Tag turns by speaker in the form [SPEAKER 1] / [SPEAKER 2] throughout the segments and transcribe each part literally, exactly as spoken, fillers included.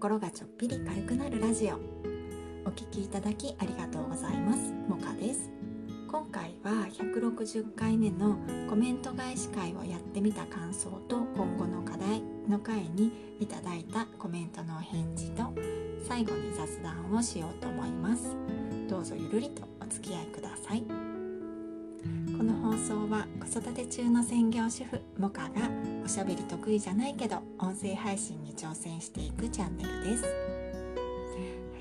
[SPEAKER 1] 心がちょっぴり軽くなるラジオ。お聞きいただきありがとうございます。もかです。今回はひゃくろくじゅっかいめのコメント返し会をやってみた感想と今後の課題の回にいただいたコメントの返事と最後に雑談をしようと思います。どうぞゆるりとお付き合いください。この放送は子育て中の専業主婦もかがおしゃべり得意じゃないけど音声配信に挑戦していくチャンネルです。はい、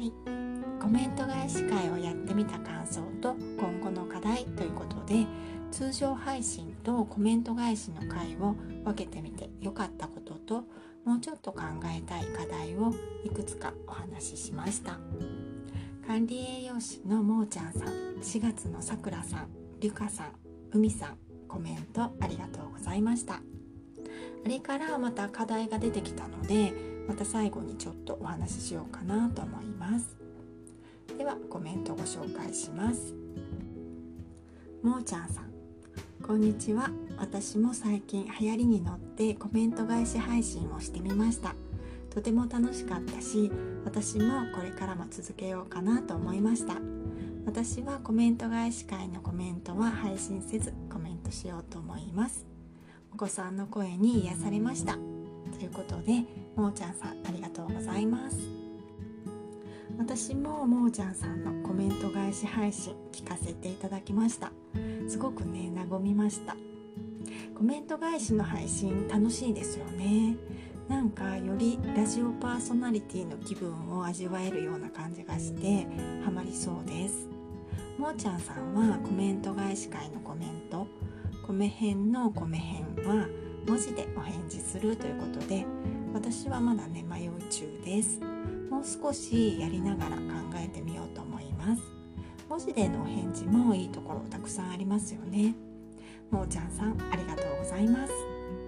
[SPEAKER 1] コメント返し会をやってみた感想と今後の課題ということで、通常配信とコメント返しの会を分けてみて良かったことと、もうちょっと考えたい課題をいくつかお話ししました。管理栄養士のもーちゃんさん、しがつのさくらさん、りゅかさん、うみさん、コメントありがとうございました。あれからまた課題が出てきたので、また最後にちょっとお話ししようかなと思います。ではコメントご紹介します。もーちゃんさん、こんにちは。私も最近流行りに乗ってコメント返し配信をしてみました。とても楽しかったし、私もこれからも続けようかなと思いました。私はコメント返し会のコメントは配信せずコメントしようと思います。お子さんの声に癒されました。ということで、もーちゃんさんありがとうございます。私ももーちゃんさんのコメント返し配信聞かせていただきました。すごくね、和みました。コメント返しの配信楽しいですよね。なんかよりラジオパーソナリティの気分を味わえるような感じがしてハマりそうです。もーちゃんさんはコメント返し会のコメント、米編の米編は文字でお返事するということで、私はまだね迷い中です。もう少しやりながら考えてみようと思います。文字でのお返事もいいところたくさんありますよね。もーちゃんさんありがとうございます。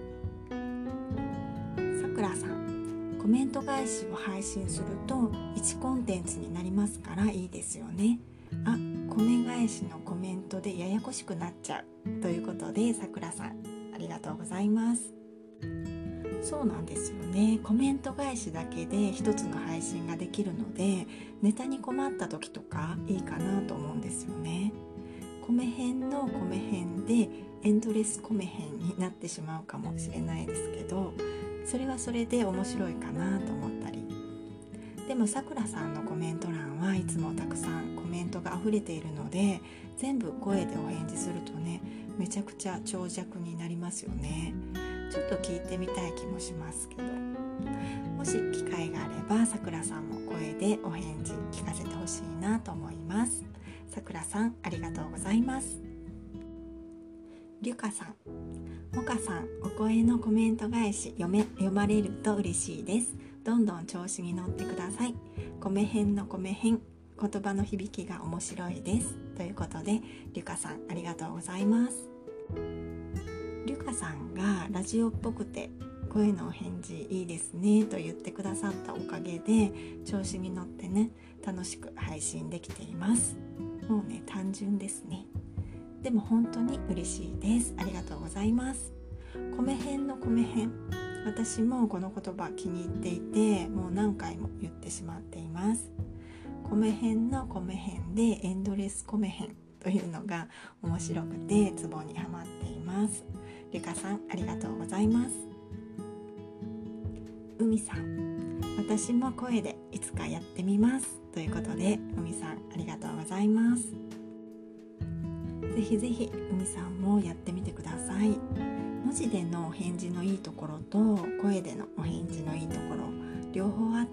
[SPEAKER 1] さくらさん、コメント返しを配信するといちコンテンツになりますからいいですよね。あ、米返しのコメントでややこしくなっちゃうということで、さくらさんありがとうございます。そうなんですよね。コメント返しだけで一つの配信ができるので、ネタに困った時とかいいかなと思うんですよね。米編の米編でエンドレス米編になってしまうかもしれないですけど、それはそれで面白いかなと思ったり。でもさくらさんのコメント欄はいつもたくさんコメントが溢れているので、全部声でお返事するとね、めちゃくちゃ長尺になりますよね。ちょっと聞いてみたい気もしますけど、もし機会があればさくらさんも声でお返事聞かせてほしいなと思います。さくらさんありがとうございます。りゅかさん、もかさん、お声のコメント返し読め読まれると嬉しいです。どんどん調子に乗ってください。米編の米編、言葉の響きが面白いです。ということで、りゅかさんありがとうございます。りゅかさんがラジオっぽくて声のお返事いいですねと言ってくださったおかげで、調子に乗ってね楽しく配信できています。もうね単純ですね。でも本当に嬉しいです。ありがとうございます。米編の米編、私もこの言葉気に入っていて、もう何回も言ってしまっています。米編の米編でエンドレス米編というのが面白くてツボにはまっています。りかさんありがとうございます。うみさん、私も声でいつかやってみますということで、うみさんありがとうございます。ぜひぜひうみさんもやってみてください。文字でのお返事のいいところと声でのお返事のいいところ両方あって、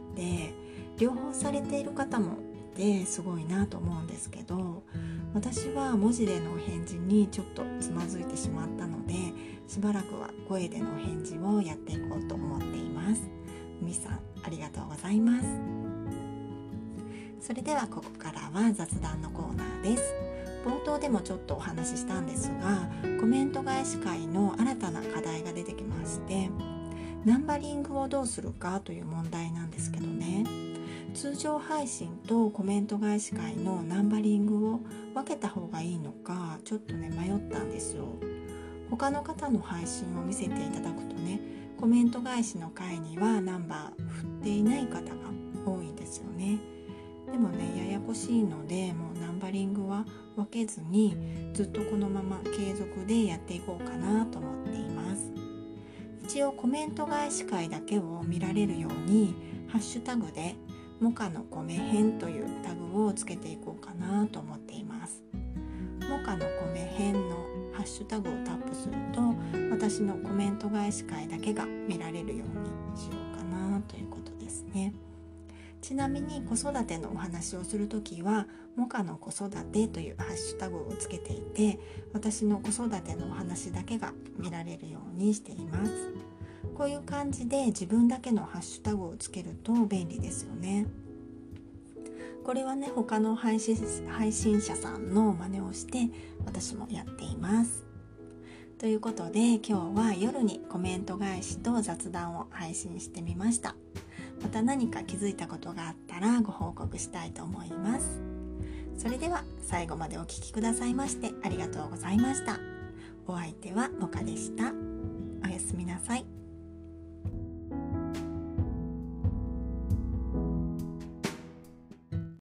[SPEAKER 1] 両方されている方もいてすごいなと思うんですけど、私は文字でのお返事にちょっとつまずいてしまったので、しばらくは声でのお返事をやっていこうと思っています。うみさんありがとうございます。それではここからは雑談のコーナーです。冒頭でもちょっとお話ししたんですが、コメント返し会の新たな課題が出てきまして、ナンバリングをどうするかという問題なんですけどね、通常配信とコメント返し会のナンバリングを分けた方がいいのかちょっとね迷ったんですよ。他の方の配信を見せていただくとね、コメント返しの回にはナンバー振っていない方が多いんですよね。でもね、ややこしいのでもうナンバリングは分けずにずっとこのまま継続でやっていこうかなと思っています。一応コメント返し会だけを見られるようにハッシュタグでモカの米編というタグをつけていこうかなと思っています。モカの米編のハッシュタグをタップすると私のコメント返し会だけが見られるようにしようかなということですね。ちなみに子育てのお話をするときはモカの子育てというハッシュタグをつけていて、私の子育てのお話だけが見られるようにしています。こういう感じで自分だけのハッシュタグをつけると便利ですよね。これはね、他の配信、配信者さんの真似をして私もやっています。ということで今日は夜にコメント返しと雑談を配信してみました。また何か気づいたことがあったらご報告したいと思います。それでは最後までお聞きくださいましてありがとうございました。お相手はモカでした。おやすみなさい。